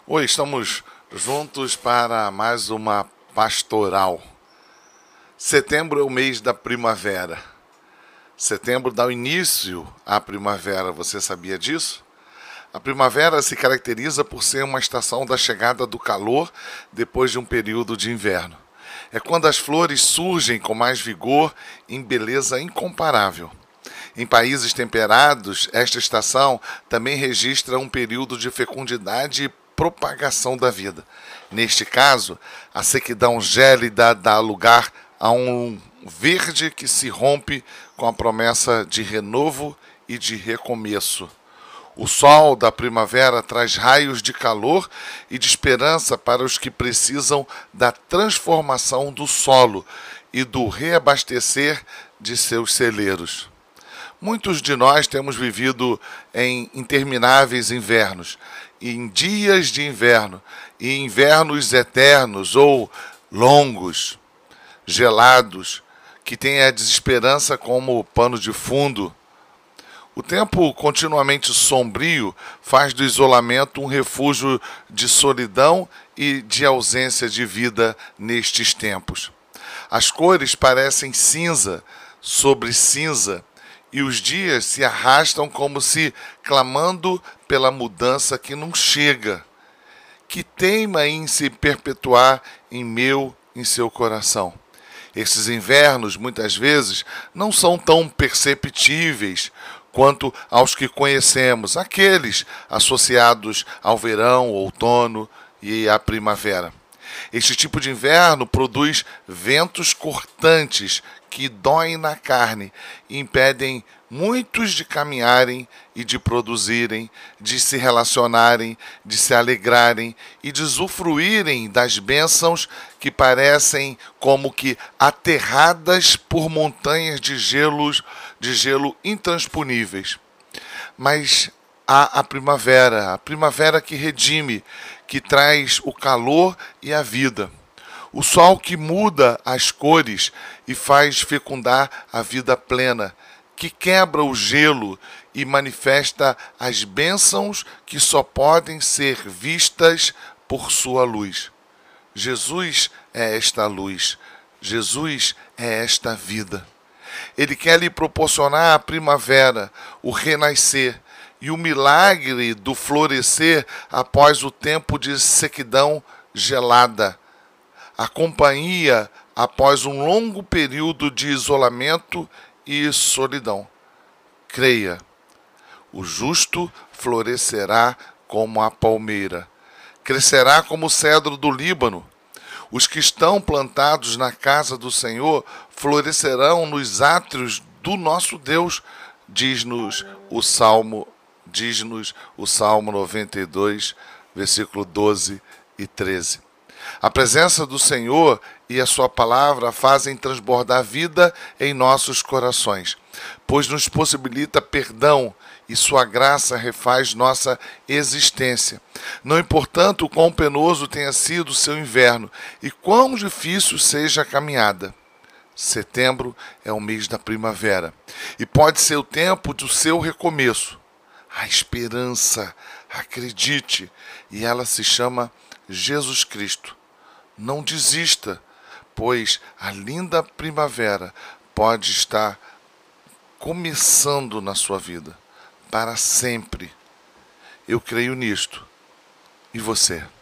Oi, estamos juntos para mais uma pastoral. Setembro é o mês da primavera. Setembro dá o início à primavera, você sabia disso? A primavera se caracteriza por ser uma estação da chegada do calor depois de um período de inverno. É quando as flores surgem com mais vigor em beleza incomparável. Em países temperados, esta estação também registra um período de fecundidade e propagação da vida. Neste caso, a sequidão gélida dá lugar a um verde que se rompe com a promessa de renovo e de recomeço. O sol da primavera traz raios de calor e de esperança para os que precisam da transformação do solo e do reabastecer de seus celeiros. Muitos de nós temos vivido em intermináveis invernos, em dias de inverno, e invernos eternos ou longos, gelados, que têm a desesperança como pano de fundo. O tempo continuamente sombrio faz do isolamento um refúgio de solidão e de ausência de vida nestes tempos. As cores parecem cinza sobre cinza e os dias se arrastam como se clamando pela mudança que não chega, que teima em se perpetuar em seu coração. Esses invernos, muitas vezes, não são tão perceptíveis quanto aos que conhecemos, aqueles associados ao verão, outono e à primavera. Este tipo de inverno produz ventos cortantes que doem na carne e impedem muitos de caminharem e de produzirem, de se relacionarem, de se alegrarem e de usufruírem das bênçãos que parecem como que aterradas por montanhas de gelo intransponíveis. Mas há a primavera que redime, que traz o calor e a vida. O sol que muda as cores e faz fecundar a vida plena, que quebra o gelo e manifesta as bênçãos que só podem ser vistas por sua luz. Jesus é esta luz, Jesus é esta vida. Ele quer lhe proporcionar a primavera, o renascer e o milagre do florescer após o tempo de sequidão gelada, a companhia após um longo período de isolamento e solidão. Creia, o justo florescerá como a palmeira, crescerá como o cedro do Líbano. Os que estão plantados na casa do Senhor florescerão nos átrios do nosso Deus, diz-nos o Salmo 92, versículo 12 e 13. A presença do Senhor e a sua palavra fazem transbordar vida em nossos corações, pois nos possibilita perdão e sua graça refaz nossa existência. Não importando o quão penoso tenha sido o seu inverno e quão difícil seja a caminhada. Setembro é o mês da primavera e pode ser o tempo do seu recomeço. A esperança, acredite, e ela se chama Jesus Cristo. Não desista, pois a linda primavera pode estar começando na sua vida, para sempre. Eu creio nisto. E você?